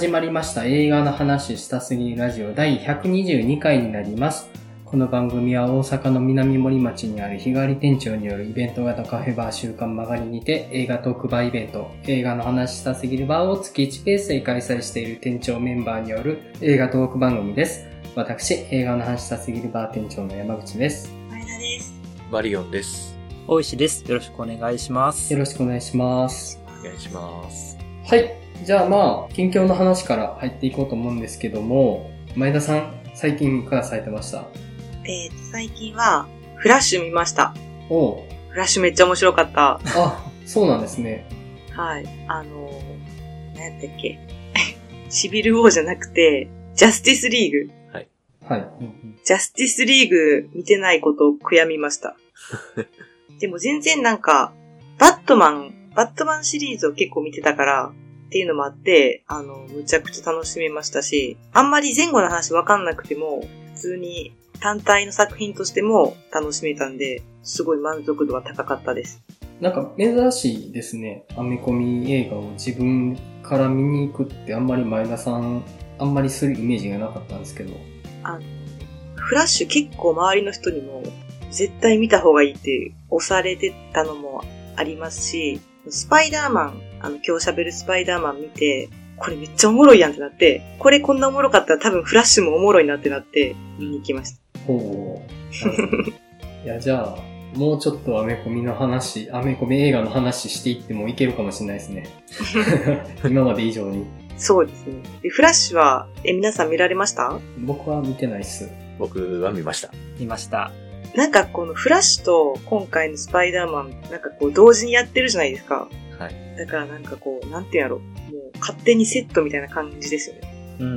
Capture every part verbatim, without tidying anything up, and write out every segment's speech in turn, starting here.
始まりました映画の話したすぎるラジオだいひゃくにじゅうにかいになります。この番組は大阪の南森町にある日替わり店長によるイベント型カフェバー週刊曲がりにて映画トークバーイベント映画の話したすぎるバーを月いちペースで開催している店長メンバーによる映画トーク番組です。私、映画の話したすぎるバー店長の山口です。 前田です。 マリオンです。 大石です。よろしくお願いします。 よろしくお願いします。 お願いします。 はい。じゃあまあ、近況の話から入っていこうと思うんですけども、前田さん、最近いかがされてました？ えーと、最近は、フラッシュ見ました。 おう。 フラッシュめっちゃ面白かった。 あ、そうなんですね。 はい。あのー、何やったっけシビルウォーじゃなくて、ジャスティスリーグ。 はい。 はい。 ジャスティスリーグ見てないことを悔やみました。でも全然なんか、バットマン、バットマンシリーズを結構見てたから、っていうのもあって、あの、むちゃくちゃ楽しめましたし、あんまり前後の話わかんなくても、普通に単体の作品としても楽しめたんで、すごい満足度は高かったです。 なんか珍しいですね。アメコミ映画を自分から見に行くってあんまり前田さん、あんまりするイメージがなかったんですけど。 あの、フラッシュ結構周りの人にも絶対見た方がいいって押されてたのもありますし、スパイダーマン、あの今日喋るスパイダーマン見て、これめっちゃおもろいやんってなって、これこんなおもろかったら多分フラッシュもおもろいなってなって見に行きました。 ほう。いや、じゃあ、もうちょっとアメコミの話、アメコミ映画の話していってもいけるかもしれないですね。今まで以上に。 そうですね。で、フラッシュは、え、皆さん見られました？ 僕は見てないっす。 僕は見ました。 見ました。 なんかこのフラッシュと今回のスパイダーマン、なんかこう同時にやってるじゃないですか。 はい。 だからなんかこう、なんていうんやろ。もう勝手にセットみたいな感じですよね。 うんうんうん。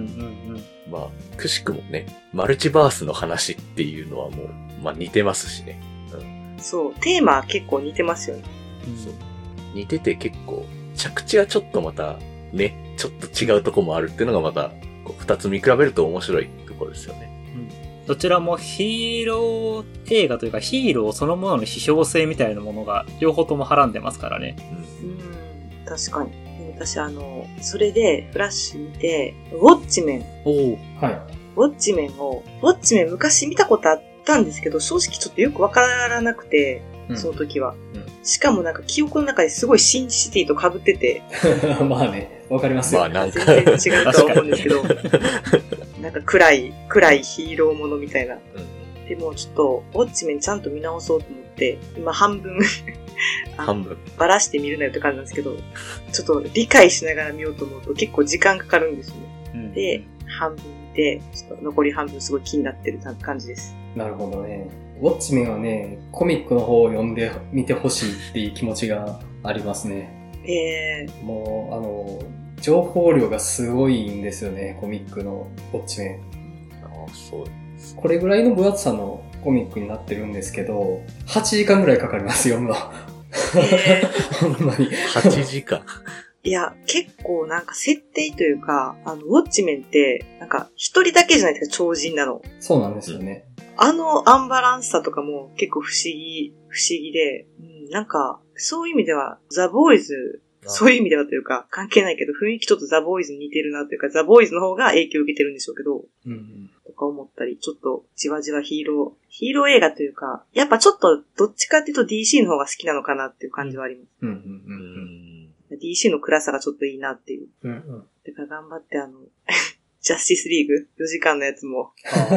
まあ、くしくもね、マルチバースの話っていうのはもう、まあ似てますしね。 うん、そう、テーマは結構似てますよね。 うん、そう。似てて結構、着地はちょっとまた、ね、ちょっと違うとこもあるっていうのがまた、こう二つ見比べると面白いところですよね。 どちらもヒーロー映画というかヒーローそのものの批評性みたいなものが両方ともはらんでますからね。 うん、うん確かに。私あの、それでフラッシュ見て、ウォッチメン。 おー。 はい。 ウォッチメンを、ウォッチメン昔見たことあったんですけど、正直ちょっとよくわからなくて、その時は、うんうん。しかもなんか記憶の中ですごいシンシティと被ってて。 まあね、わかりますよ。 まあなんか。 全然違うとは思うんですけど。なんか暗い、暗いヒーローものみたいな。うん、でもちょっと、ウォッチメンちゃんと見直そうと思って、今半分半分バラして見るなよって感じなんですけど、ちょっと理解しながら見ようと思うと結構時間かかるんですよね。うん、で、半分見て、ちょっと残り半分すごい気になってる感じです。 なるほどね。ウォッチメンはね、コミックの方を読んで見てほしいっていう気持ちがありますね。 えー、 もう、あの、情報量がすごいんですよね、コミックのウォッチメン。 ああ、そうです。 これぐらいの分厚さのコミックになってるんですけど、はちじかんぐらいかかります、読むの。ほんまに。 はちじかん。 いや、結構なんか設定というか、あの、ウォッチメンって、なんか一人だけじゃないですか、超人なの。 そうなんですよね。 あのアンバランスさとかも結構不思議、不思議で、うん、なんか、そういう意味では、ザ・ボーイズ、そういう意味ではというか、関係ないけど、雰囲気ちょっとザ・ボーイズに似てるなというか、ザ・ボーイズの方が影響を受けてるんでしょうけど、うんうん、とか思ったり、ちょっとじわじわヒーロー、ヒーロー映画というか、やっぱちょっとどっちかっていうと ディーシー の方が好きなのかなっていう感じはあります。うんうんうんうん、ディーシー の暗さがちょっといいなっていう。うんうん、だから頑張ってあの、ジャスティスリーグよじかんのやつも。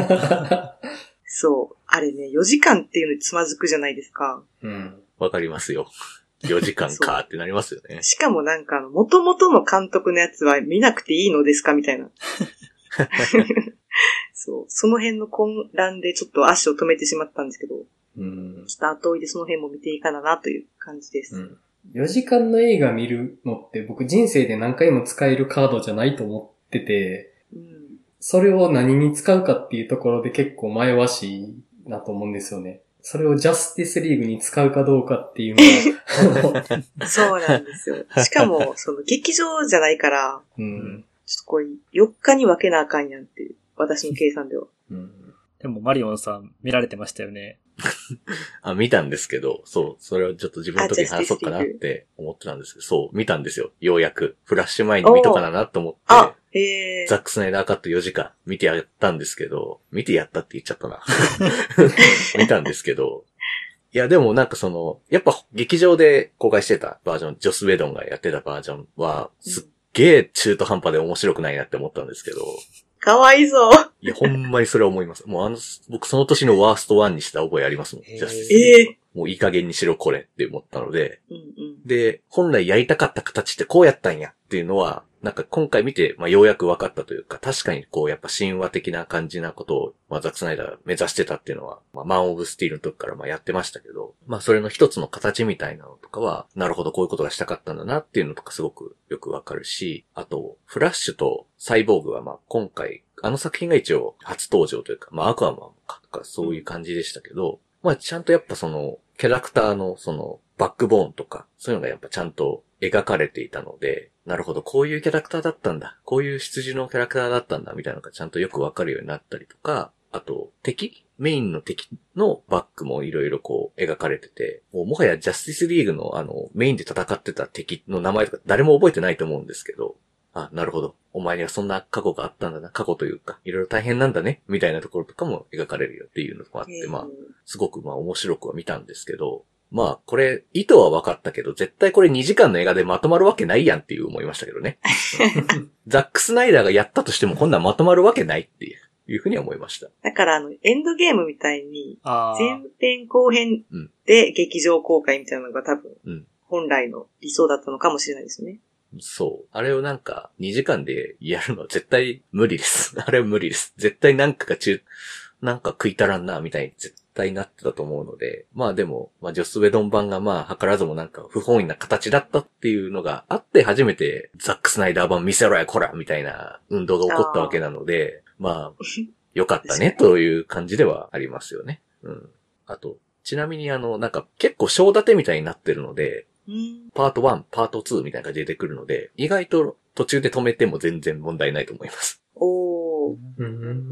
そう。あれね、よじかんっていうのにつまずくじゃないですか。 うん。わかりますよ。よじかんかってなりますよね。 しかもなんかあの、元々の監督のやつは見なくていいのですかみたいな。そう。その辺の混乱でちょっと足を止めてしまったんですけど。うん。ちょっと後追いでその辺も見ていかななという感じです。うん。 よじかんの映画見るのって僕人生で何回も使えるカードじゃないと思ってて、うん、それを何に使うかっていうところで結構迷わしいなと思うんですよね。それをジャスティスリーグに使うかどうかっていうのはそうなんですよ。しかも、その劇場じゃないから、うん、ちょっとこれよっかに分けなあかんやんっていう、私の計算では。うん、 でもマリオンさん見られてましたよね。 あ、見たんですけど、そう、それをちょっと自分の時に話そうかなって思ってたんですけど、そう、見たんですよ。ようやく。フラッシュ前に見とかななと思って。 あ、 へー。 ザックスナイダーカットよじかん見てやったんですけど、見てやったって言っちゃったな。見たんですけど、いやでもなんかその、やっぱ劇場で公開してたバージョン、ジョス・ウェドンがやってたバージョンは、すっげー中途半端で面白くないなって思ったんですけど、 かわいそう。 いやほんまにそれは思います。もうあの、僕その年のワーストワンにした覚えありますもん。 へージャスティスリーグはえもういい加減にしろこれって思ったので、 うんうん。 で、本来やりたかった形ってこうやったんやっていうのは、なんか今回見て、まあようやく分かったというか、確かにこうやっぱ神話的な感じなことを、まあザックスナイダー目指してたっていうのは、まあマンオブスティールの時からまあやってましたけど、まあそれの一つの形みたいなのとかは、なるほどこういうことがしたかったんだなっていうのとかすごくよくわかるし、あと、フラッシュとサイボーグはまあ今回、あの作品が一応初登場というか、まあアクアマンかとかそういう感じでしたけど、まあちゃんとやっぱその、キャラクターのその、バックボーンとか、そういうのがやっぱちゃんと描かれていたので、なるほど、こういうキャラクターだったんだ。こういう出自のキャラクターだったんだ、みたいなのがちゃんとよくわかるようになったりとか、あと、敵メインの敵のバックもいろいろこう描かれてて、もうもはやジャスティスリーグのあの、メインで戦ってた敵の名前とか誰も覚えてないと思うんですけど、あ、なるほど。お前にはそんな過去があったんだな。過去というか、いろいろ大変なんだね。みたいなところとかも描かれるよっていうのもあって、まあ、すごくまあ面白くは見たんですけど、まあ、これ、意図は分かったけど、絶対これにじかんの映画でまとまるわけないやんっていう思いましたけどね。ザックスナイダーがやったとしてもこんなんまとまるわけないっていう、いうふうに思いました。 だからあの、エンドゲームみたいに、 あ前編後編で劇場公開みたいなのが多分、 うん、 本来の理想だったのかもしれないですね。 そう。あれをなんか、にじかんでやるのは絶対無理です。あれは無理です。絶対なんかが中、なんか食い足らんな、みたいに絶対なってたと思うので。まあでも、まあジョス・ウェドン版がまあ、図らずもなんか不本意な形だったっていうのがあって初めて、ザック・スナイダー版見せろや、こらみたいな運動が起こったわけなので、まあ、よかったね、という感じではありますよね。うん。あと、ちなみにあの、なんか結構章立てみたいになってるので、パートワン、パートツーみたいな感じで出てくるので、意外と途中で止めても全然問題ないと思います。 おー。 うん、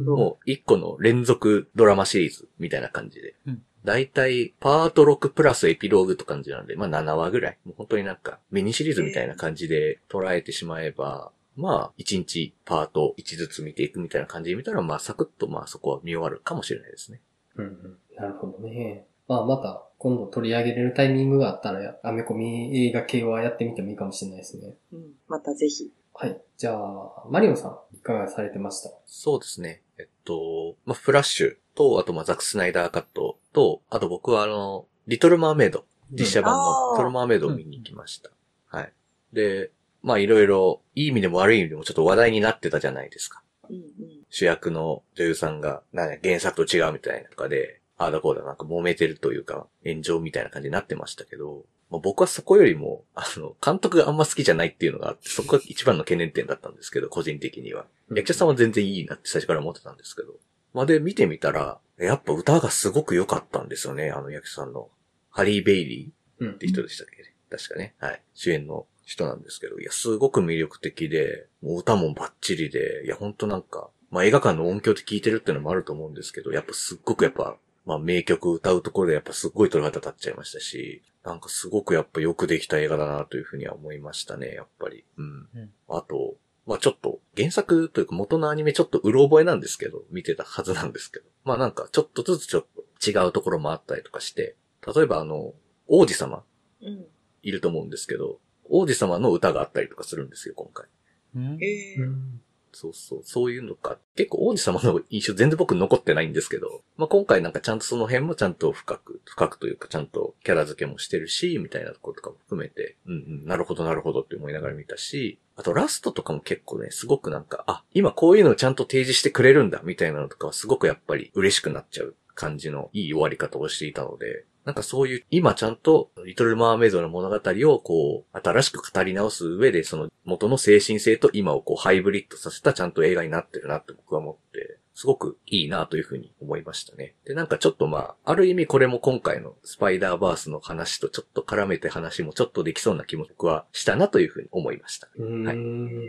もう一個の連続ドラマシリーズみたいな感じで。 うん、 だいたいパートろくプラスエピローグと感じなんで、まあななわぐらい。もう本当になんかミニシリーズみたいな感じで捉えてしまえば、まあいちにちパートいちずつ見ていくみたいな感じで見たら、まあサクッとまあそこは見終わるかもしれないですね。 うんうん、なるほどね。まあまた今度取り上げれるタイミングがあったら、アメコミ映画系はやってみてもいいかもしれないですね。 うん、またぜひ。 はい。じゃあ、マリオさん、いかがされてました？ そうですね。えっと、まあ、フラッシュと、あとまあザックスナイダーカットと、あと僕はあの、リトルマーメイド、実写版のリトルマーメイドを見に行きました。うん、はい。で、まあいろいろ、いい意味でも悪い意味でもちょっと話題になってたじゃないですか。 うんうん、 主役の女優さんが、なんか原作と違うみたいなとかで、ああだこうだなんか揉めてるというか、炎上みたいな感じになってましたけど、まあ、僕はそこよりも、あの、監督があんま好きじゃないっていうのがあって、そこが一番の懸念点だったんですけど、個人的には。役者さんは全然いいなって最初から思ってたんですけど。まあ、で、見てみたら、やっぱ歌がすごく良かったんですよね、あの役者さんの。ハリー・ベイリーって人でしたっけ、うん、確かね。はい。主演の人なんですけど、いや、すごく魅力的で、もう歌もバッチリで、いや、ほんとなんか、まあ、映画館の音響で聴いてるっていうのもあると思うんですけど、やっぱすっごくやっぱ、まあ名曲歌うところでやっぱすっごい鳥肌立っちゃいましたし、なんかすごくやっぱよくできた映画だなというふうには思いましたね、やっぱり。うん。うん、あと、まあちょっと原作というか元のアニメちょっとうろ覚えなんですけど、見てたはずなんですけど。まあなんかちょっとずつちょっと違うところもあったりとかして、例えばあの、王子様、うん、いると思うんですけど、王子様の歌があったりとかするんですよ、今回。 うんえーそうそう、そういうのか。結構王子様の印象全然僕残ってないんですけど、まあ、今回なんかちゃんとその辺もちゃんと深く、深くというかちゃんとキャラ付けもしてるし、みたいなところとかも含めて、うんうん、なるほどなるほどって思いながら見たし、あとラストとかも結構ね、すごくなんか、あ、今こういうのをちゃんと提示してくれるんだ、みたいなのとかはすごくやっぱり嬉しくなっちゃう感じのいい終わり方をしていたので、なんかそういう、今ちゃんと、リトルマーメイドの物語をこう、新しく語り直す上で、その元の精神性と今をこう、ハイブリッドさせたちゃんと映画になってるなって僕は思って、すごくいいなというふうに思いましたね。で、なんかちょっとまあ、ある意味これも今回のスパイダーバースの話とちょっと絡めて話もちょっとできそうな気も僕はしたなというふうに思いました。 うーん、はい、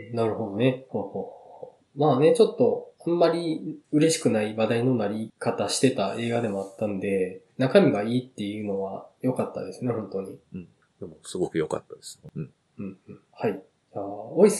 なるほどね。ほうほうほう。まあね、ちょっと、あんまり嬉しくない話題のなり方してた映画でもあったんで、中身がいいっていうのは良かったですね、本当に。 うん。でも、すごく良かったです。うん。 うん、うん。はい。じゃあ、おいさん、い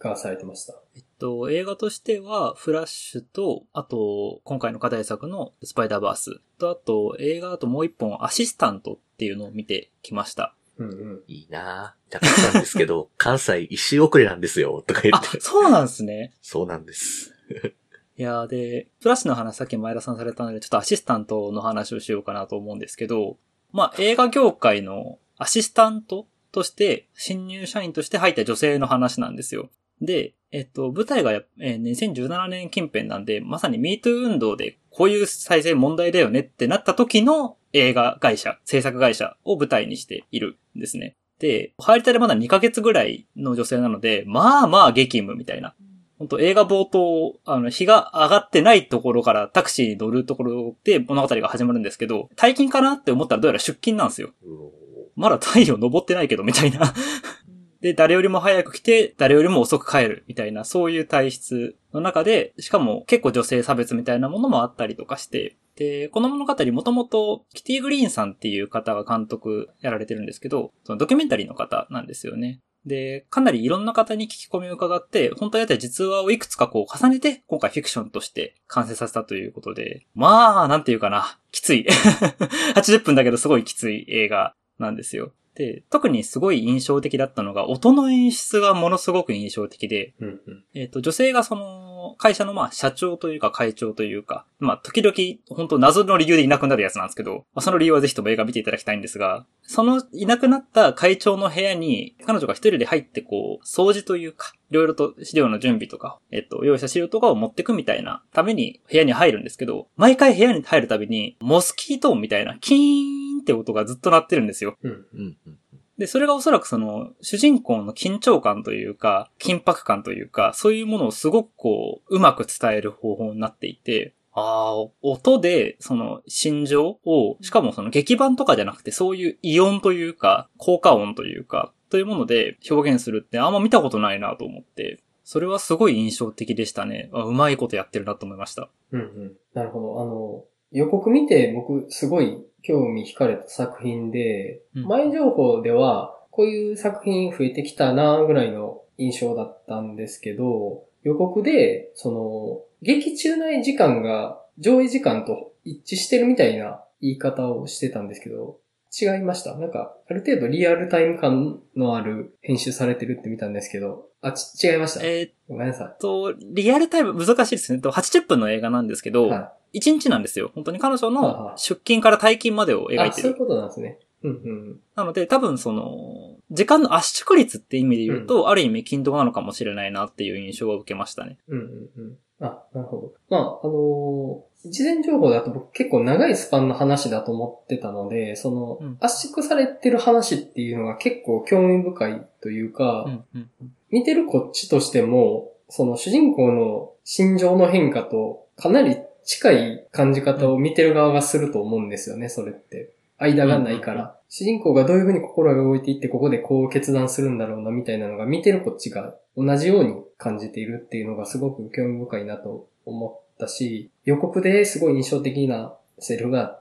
がされてました？ えっと、映画としては、フラッシュと、あと、今回の課題作のスパイダーバースと、あと、映画だともう一本、アシスタントっていうのを見てきました。 うんうん。 いいなぁ。高橋さんですけど、関西一周遅れなんですよ、とか言って。 あ、そうなんですね。 そうなんです。 いやーで、フラッシュの話さっき前田さんされたので、ちょっとアシスタントの話をしようかなと思うんですけど、まあ、映画業界のアシスタントとして、新入社員として入った女性の話なんですよ。で、えっと、舞台が、えー、にせんじゅうななねん近辺なんで、まさに ミートゥー 運動でこういう再生問題だよねってなった時の映画会社、制作会社を舞台にしているんですね。で、入りたいでまだにかげつぐらいの女性なので、まあまあ激務みたいな。本当映画冒頭、あの、日が上がってないところからタクシーに乗るところで物語が始まるんですけど、退勤かなって思ったらどうやら出勤なんですよ。まだ太陽昇ってないけど、みたいな。で、誰よりも早く来て、誰よりも遅く帰る、みたいな、そういう体質の中で、しかも結構女性差別みたいなものもあったりとかして、で、この物語もともと、キティ・グリーンさんっていう方が監督やられてるんですけど、そのドキュメンタリーの方なんですよね。で、かなりいろんな方に聞き込みを伺って、本当やった実話をいくつかこう重ねて、今回フィクションとして完成させたということで、まあ、なんていうかな、きつい。はちじゅっぷんだけどすごいきつい映画なんですよ。で、特にすごい印象的だったのが、音の演出がものすごく印象的で、 うんうん、 えっと、女性がその、会社のまあ、社長というか会長というか、まあ、時々、本当謎の理由でいなくなるやつなんですけど、まあ、その理由はぜひとも映画見ていただきたいんですが、そのいなくなった会長の部屋に、彼女が一人で入ってこう、掃除というか、いろいろと資料の準備とか、えっと、用意した資料とかを持ってくみたいなために部屋に入るんですけど、毎回部屋に入るたびに、モスキート音みたいな、キーンって音がずっと鳴ってるんですよ。 うんうんうん、 で、それがおそらくその、主人公の緊張感というか、緊迫感というか、そういうものをすごくこう、うまく伝える方法になっていて、ああ、音で、その、心情を、しかもその劇版とかじゃなくて、そういう異音というか、効果音というか、というもので表現するってあんま見たことないなと思って、それはすごい印象的でしたね。あ、うまいことやってるなと思いました。 うんうん。なるほど。あの、予告見て僕すごい興味惹かれた作品で、うん、前情報ではこういう作品増えてきたなぐらいの印象だったんですけど、予告で、その、劇中内時間が上映時間と一致してるみたいな言い方をしてたんですけど、違いました。なんか、ある程度リアルタイム感のある編集されてるって見たんですけど、あ、ち、違いました。 えー、 ごめんなさい。 と、リアルタイム難しいですね。はちじゅっぷんの映画なんですけど、はい、いちにちなんですよ。本当に彼女の出勤から退勤までを描いてる。あ、 そういうことなんですね。うんうん、 なので、多分その、時間の圧縮率って意味で言うと、うん、ある意味均等なのかもしれないなっていう印象を受けましたね。 うんうんうん。あ、なるほど。まあ、あのー、事前情報だと僕結構長いスパンの話だと思ってたので、その、うん、圧縮されてる話っていうのが結構興味深いというか、うんうんうん、見てるこっちとしても、その主人公の心情の変化とかなり近い感じ方を見てる側がすると思うんですよね、それって。間がないから、うんうんうん。主人公がどういうふうに心が動いていってここでこう決断するんだろうなみたいなのが見てるこっちが同じように感じているっていうのがすごく興味深いなと思ったし、予告ですごい印象的なセリフがあって、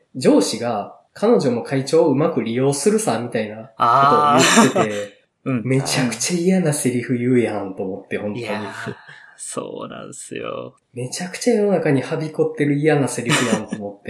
上司が彼女も会長をうまく利用するさみたいなことを言ってて、うん、めちゃくちゃ嫌なセリフ言うやんと思って本当に。 そうなんですよ。 めちゃくちゃ世の中にはびこってる嫌なセリフやんと思って。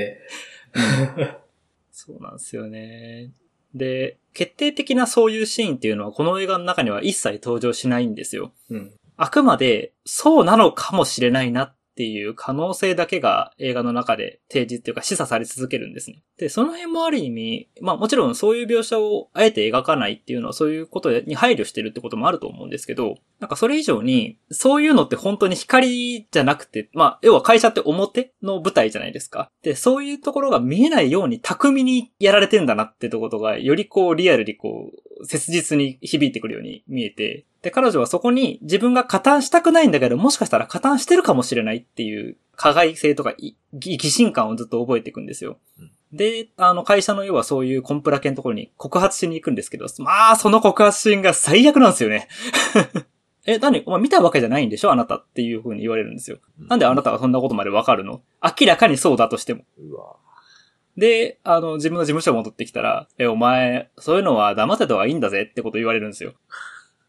そうなんですよね。で、決定的なそういうシーンっていうのはこの映画の中には一切登場しないんですよ。うん、あくまでそうなのかもしれないなっていう可能性だけが映画の中で提示っていうか示唆され続けるんですね。で、その辺もある意味、まあもちろんそういう描写をあえて描かないっていうのはそういうことに配慮してるってこともあると思うんですけど、なんかそれ以上にそういうのって本当に光じゃなくて、まあ要は会社って表の舞台じゃないですか。で、そういうところが見えないように巧みにやられてんだなってところがよりこうリアルにこう切実に響いてくるように見えて、で、彼女はそこに自分が加担したくないんだけど、もしかしたら加担してるかもしれないっていう加害性とか疑心感をずっと覚えていくんですよ。うん、で、あの会社の要はそういうコンプラ系のところに告発しに行くんですけど、まあその告発シーンが最悪なんですよね。え、何お前見たわけじゃないんでしょあなたっていう風に言われるんですよ。うん、なんであなたがそんなことまでわかるの？明らかにそうだとしても。うわで、あの、自分の事務所戻ってきたら、え、お前、そういうのは黙ってた方がいいんだぜってこと言われるんですよ。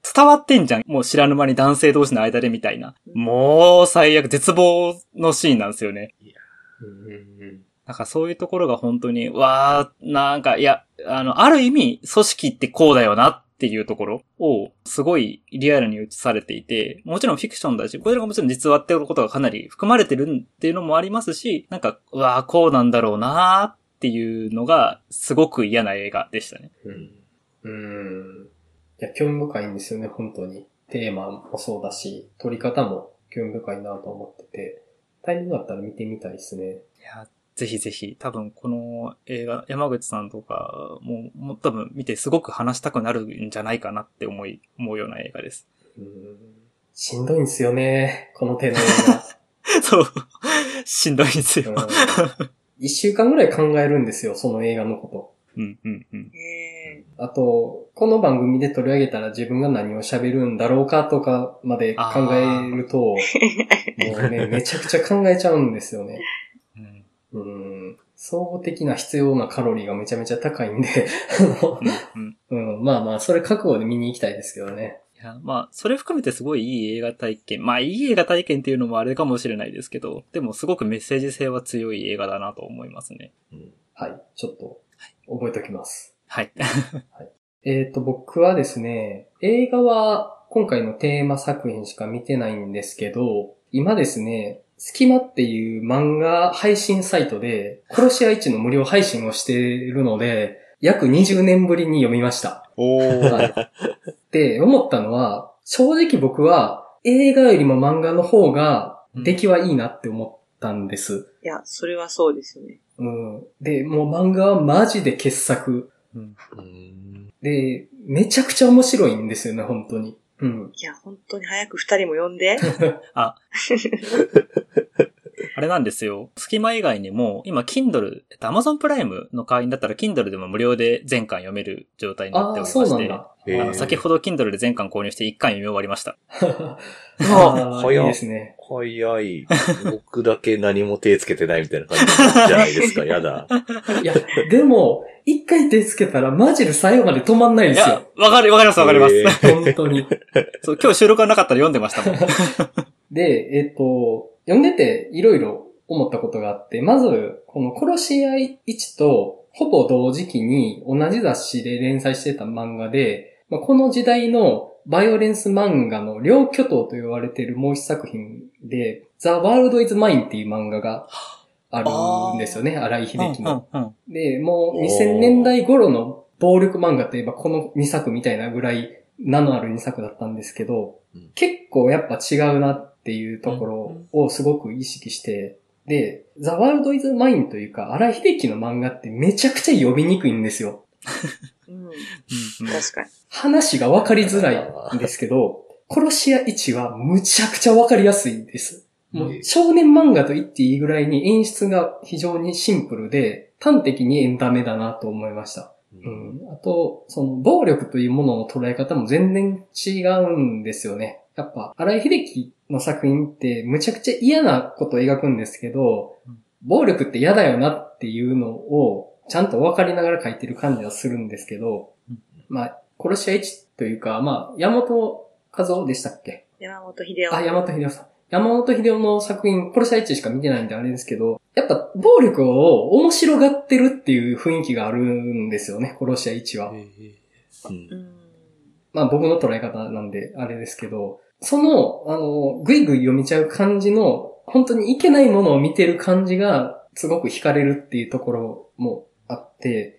伝わってんじゃん。もう知らぬ間に男性同士の間でみたいな。もう最悪、絶望のシーンなんですよね。 うんうんなんかそういうところが本当に、わー、なんか、いや、あの、ある意味、組織ってこうだよなっていうところを、すごいリアルに映されていて、もちろんフィクションだし、これがもちろん実話っていうことがかなり含まれてるっていうのもありますし、なんか、うわー、こうなんだろうなーっていうのが、すごく嫌な映画でしたね。 うん。うん。いや、興味深いんですよね、本当に。テーマもそうだし、撮り方も興味深いなと思ってて、タイミングだったら見てみたいですね。 いや、ぜひぜひ、多分この映画、山口さんとかも、もう多分見てすごく話したくなるんじゃないかなって思い、思うような映画です。 うん。しんどいんですよね、この手の映画。 そう。しんどいんですよ。 一週間ぐらい考えるんですよ、その映画のこと。 うんうんうん。 へあと、この番組で取り上げたら自分が何を喋るんだろうかとかまで考えると、もうね、めちゃくちゃ考えちゃうんですよね。 うん、 うん。総合的な必要なカロリーがめちゃめちゃ高いんで、 うんうん、まあまあ、それ覚悟で見に行きたいですけどね。 いや、まあ、それ含めてすごいいい映画体験。まあ、いい映画体験っていうのもあれかもしれないですけど、でもすごくメッセージ性は強い映画だなと思いますね。 うん、 はい、ちょっと、覚えておきます。 はい。 はい、えっと、僕はですね、映画は今回のテーマ作品しか見てないんですけど、今ですね、スキマっていう漫画配信サイトで、殺し屋いちの無料配信をしているので、約にじゅうねんぶりに読みました。 おー。 はい。で、思ったのは、正直僕は映画よりも漫画の方が出来はいいなって思ったんです。 いや、それはそうですよね。 うん。で、もう漫画はマジで傑作。 うん、 で、めちゃくちゃ面白いんですよね、本当に。うん。 いや、本当に早く二人も読んで。 あ。あれなんですよ。スキマ以外にも、今、Kindle、えっと、Amazon プライムの会員だったら Kindle でも無料で全巻読める状態になっておりまして。 あ、そうなんだ。 あの、先ほど Kindle で全巻購入していっかん読み終わりました。 ああ、いい早いですね。 早い。僕だけ何も手つけてないみたいな感じじゃないですか。やだ。 いや、でも、一回手つけたらマジで最後まで止まんないですよ。 いや、わかる、わかります、わかります。 えー、 本当に。 そう、今日収録がなかったら読んでましたもん。 で、えっと、読んでていろいろ思ったことがあって、まず、この殺し合いいちとほぼ同時期に同じ雑誌で連載してた漫画で、まあ、この時代のバイオレンス漫画の両巨頭と言われているもう一作品で、The World is Mine っていう漫画があるんですよね、荒井秀樹の。 うんうんうん、 で、もうにせんねんだい頃の暴力漫画といえばこのにさくみたいなぐらい名のあるにさくだったんですけど、うん、結構やっぱ違うなっていうところをすごく意識して、で、The World is Mine というか、荒井秀樹の漫画ってめちゃくちゃ読みにくいんですよ。 うん、確かに。 話が分かりづらいんですけど、殺し屋いちはむちゃくちゃ分かりやすいです。もう少年漫画と言っていいぐらいに演出が非常にシンプルで、端的にエンタメだなと思いました。うん、あと、その暴力というものの捉え方も全然違うんですよね。やっぱ、荒井秀樹の作品ってむちゃくちゃ嫌なことを描くんですけど、暴力って嫌だよなっていうのをちゃんと分かりながら書いてる感じはするんですけど、まあ、殺し屋いちというか、まあ、山本和夫でしたっけ？ 山本秀夫。 あ、山本秀夫さん。山本秀夫の作品、殺し屋いちしか見てないんであれですけど、やっぱ暴力を面白がってるっていう雰囲気があるんですよね、殺し屋いちは。うん、まあ僕の捉え方なんであれですけど、その、あの、ぐいぐい読みちゃう感じの、本当にいけないものを見てる感じが、すごく惹かれるっていうところもあって、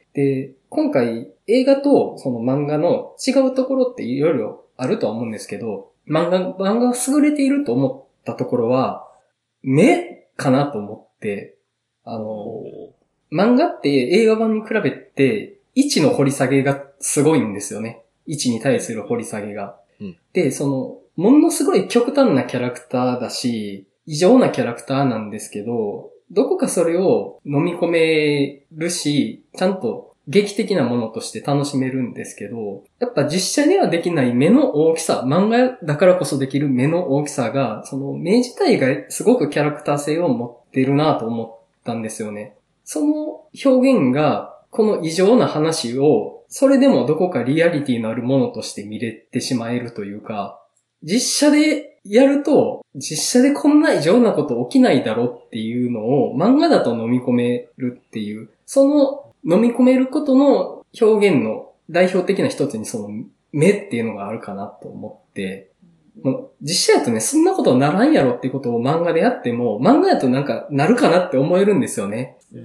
で、今回映画とその漫画の違うところっていろいろあるとは思うんですけど、漫画、漫画が優れていると思ったところは、目かなと思って、あの、漫画って映画版に比べて、いちの掘り下げがすごいんですよね。いちに対する掘り下げが。うん、で、その、ものすごい極端なキャラクターだし、異常なキャラクターなんですけど、どこかそれを飲み込めるし、ちゃんと劇的なものとして楽しめるんですけど、やっぱ実写にはできない目の大きさ、漫画だからこそできる目の大きさが、その目自体がすごくキャラクター性を持ってるなと思ったんですよね。その表現が、この異常な話をそれでもどこかリアリティのあるものとして見れてしまえるというか、実写でやると、実写でこんな異常なこと起きないだろっていうのを漫画だと飲み込めるっていう、その飲み込めることの表現の代表的な一つにその目っていうのがあるかなと思って、もう実写やとね、そんなことならんやろっていうことを漫画でやっても、漫画やとなんかなるかなって思えるんですよね。 うん。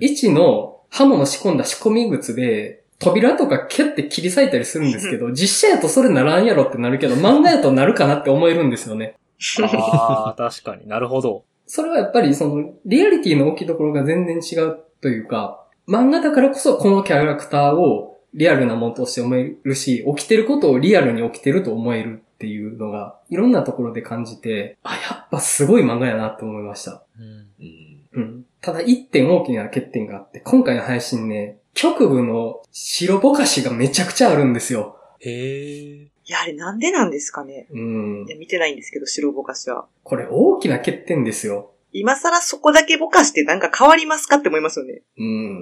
一の刃物仕込んだ仕込み靴で、扉とかキュッて切り裂いたりするんですけど、実写やとそれならんやろってなるけど、漫画やとなるかなって思えるんですよね。 ああ、確かになるほど。 それはやっぱりその、リアリティの大きいところが全然違うというか、漫画だからこそこのキャラクターをリアルなものとして思えるし、起きてることをリアルに起きてると思えるっていうのが、いろんなところで感じて、あ、やっぱすごい漫画やなって思いました。 うん。 うん。ただ一点大きな欠点があって、今回の配信ね、局部の白ぼかしがめちゃくちゃあるんですよ。 へー。 いや、あれなんでなんですかね。 うん。 いや、見てないんですけど、白ぼかしは。 これ大きな欠点ですよ。 今更そこだけぼかしてなんか変わりますかって思いますよね。 うん。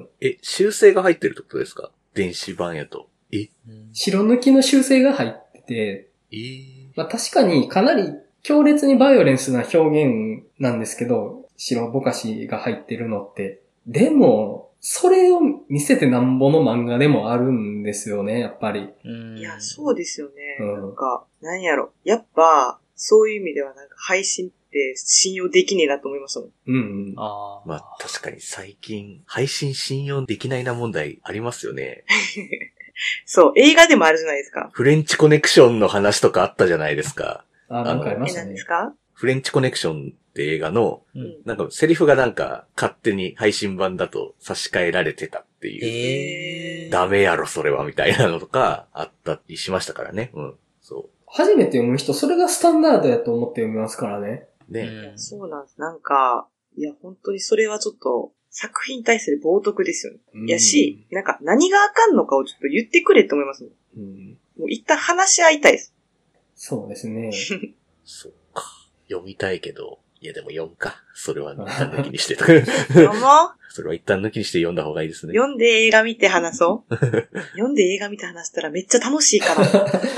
え、修正が入ってるってことですか？電子版やと。え？ 白抜きの修正が入ってて、 えー、 まあ確かにかなり強烈にバイオレンスな表現なんですけど、白ぼかしが入ってるのって。でも、それを見せてなんぼの漫画でもあるんですよね、やっぱり。 うん。 いや、そうですよね。 うんなんか、なんやろ。やっぱ、そういう意味ではなんか配信って信用できねえなと思いましたもん。 うんうん。 ああ。 まあ確かに最近、配信信用できないな問題ありますよね。 そう、映画でもあるじゃないですか。 フレンチコネクションの話とかあったじゃないですか。 あ、なんかありまえ、 したね何です。か？ フレンチコネクションって映画の、 うんなんかセリフがなんか勝手に配信版だと差し替えられてたっていう。 へー。 ダメやろそれはみたいなのとかあったりしましたからね。うん。そ初めて読む人、それがスタンダードやと思って読みますからね。 う。ね。 うんそうなんです。なんか、いや、本当にそれはちょっと、作品に対する冒涜ですよね。 うんやし、なんか何があかんのかをちょっと言ってくれって思いますもん。 うん。 もう一旦話し合いたいです。 そうですね。 そっか。読みたいけど、いやでも読むか。それは一旦抜きにしてと。 読もうそれは一旦抜きにして読んだ方がいいですね。 読んで映画見て話そう。読んで映画見て話したらめっちゃ楽しいから。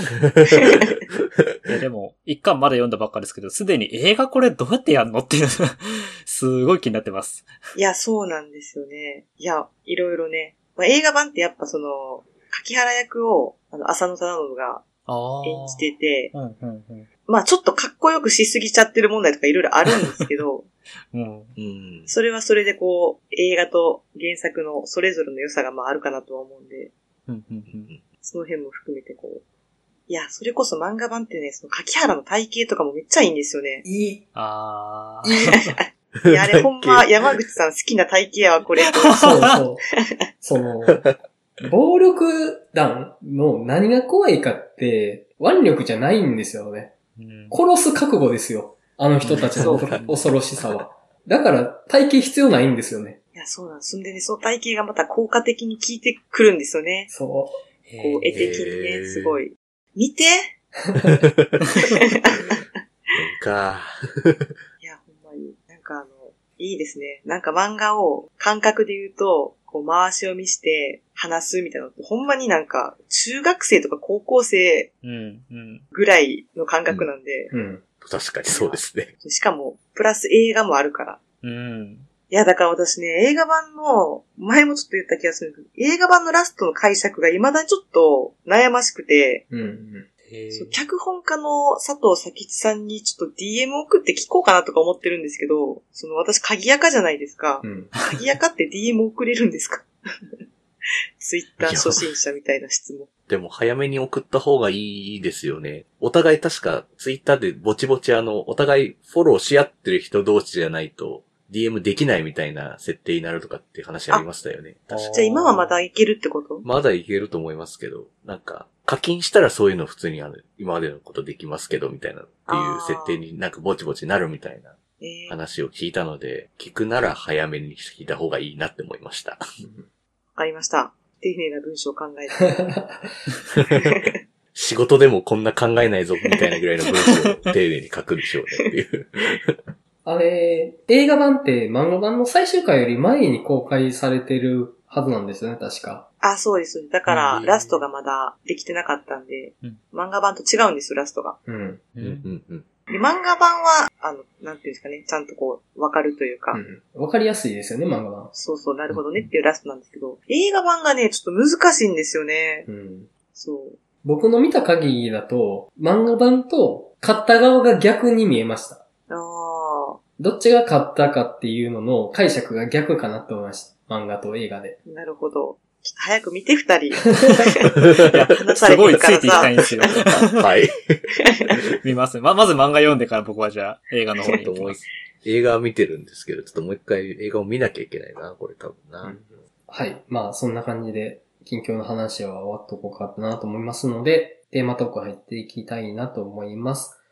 いやでも、一巻まだ読んだばっかですけど、すでに映画これどうやってやんのっていう、すごい気になってます。 いや、そうなんですよね。いや、いろいろね。まあ、映画版ってやっぱその、柿原役を、あの、浅野忠信がああ。 演じてて、 うんうんうん。 まあちょっとかっこよくしすぎちゃってる問題とかいろいろあるんですけど、 うん。 うん。 それはそれでこう、映画と原作のそれぞれの良さがまああるかなとは思うんで、 うんうんうん。 その辺も含めてこう。いや、それこそ漫画版ってね、その柿原の体型とかもめっちゃいいんですよね。 いい。 あいや、あれほんま山口さん好きな体型やわ、これ。 そうそう。その、暴力団の何が怖いかって、腕力じゃないんですよね。 ー。うん。 殺す覚悟ですよ。あの人たちのそう恐ろしさは。だから体型必要ないんですよね。 いや、そうなんです。んでね、その体型がまた効果的に効いてくるんですよね。 そこう、絵的にね、 へーすごい。見てなんか、 いや、ほんまに。なんかあの、いいですね。なんか漫画を感覚で言うと、こう回し読みして話すみたいなのって、ほんまになんか中学生とか高校生うんうん。 ぐらいの感覚なんで、 う。うん。 確かにそうですね。 しかも、プラス映画もあるから。 うん。 いや、だから私ね、映画版の、前もちょっと言った気がするんですけど、映画版のラストの解釈が未だにちょっと悩ましくて、 うんうん。 へそう脚本家の佐藤佐吉さんにちょっと ディーエム 送って聞こうかなとか思ってるんですけど、その私、鍵垢じゃないですか。 うん。 鍵垢って ディーエム 送れるんですか？ツイッター初心者みたいな質問。 でも早めに送った方がいいですよね。お互い確かツイッターでぼちぼちあの、お互いフォローし合ってる人同士じゃないと ディーエム できないみたいな設定になるとかって話ありましたよね。確かじゃあ今はまだいけるってこと？ まだいけると思いますけど、なんか課金したらそういうの普通にある、今までのことできますけどみたいなっていう設定になんかぼちぼちなるみたいなえー、わ話を聞いたので、聞くなら早めに聞いた方がいいなって思いました。 かりました。丁寧な文章を考えて。 仕事でもこんな考えないぞみたいなぐらいの文章を丁寧に書くでしょうねっていう。 あれ、映画版って漫画版の最終回より前に公開されてるはずなんですよね、確か。 あ、そうです。だかうら、 んラストがまだできてなかったんで、 うん漫画版と違うんですよ、ラストが。 うん。 ううんうんうん。 で漫画版は、あの、なんていうんですかね、ちゃんとこう、わかるというか、 うん。わかりやすいですよね、漫画版。 そうそう、なるほどねっていうラストなんですけど、映画版がね、ちょっと難しいんですよね。 うん。 そう。 僕の見た限りだと、漫画版と買った側が逆に見えました。 ああ、 どっちが買ったかっていうのの解釈が逆かなと思いました。漫画と映画で。 なるほど。ちょっと早く見て、二人。 いや、 話さすごいれてるからついていきたさいん。ですよ。 はい。 見ます。ま、まず漫画読んでから僕はじゃあ映画の方に行きます。 映画見てるんですけど、ちょっともう一回映画を見なきゃいけないな、これ多分な。 はい。まあ、そんな感じで、近況の話は終わっとこうかなと思いますので、テーマトーク入っていきたいなと思います。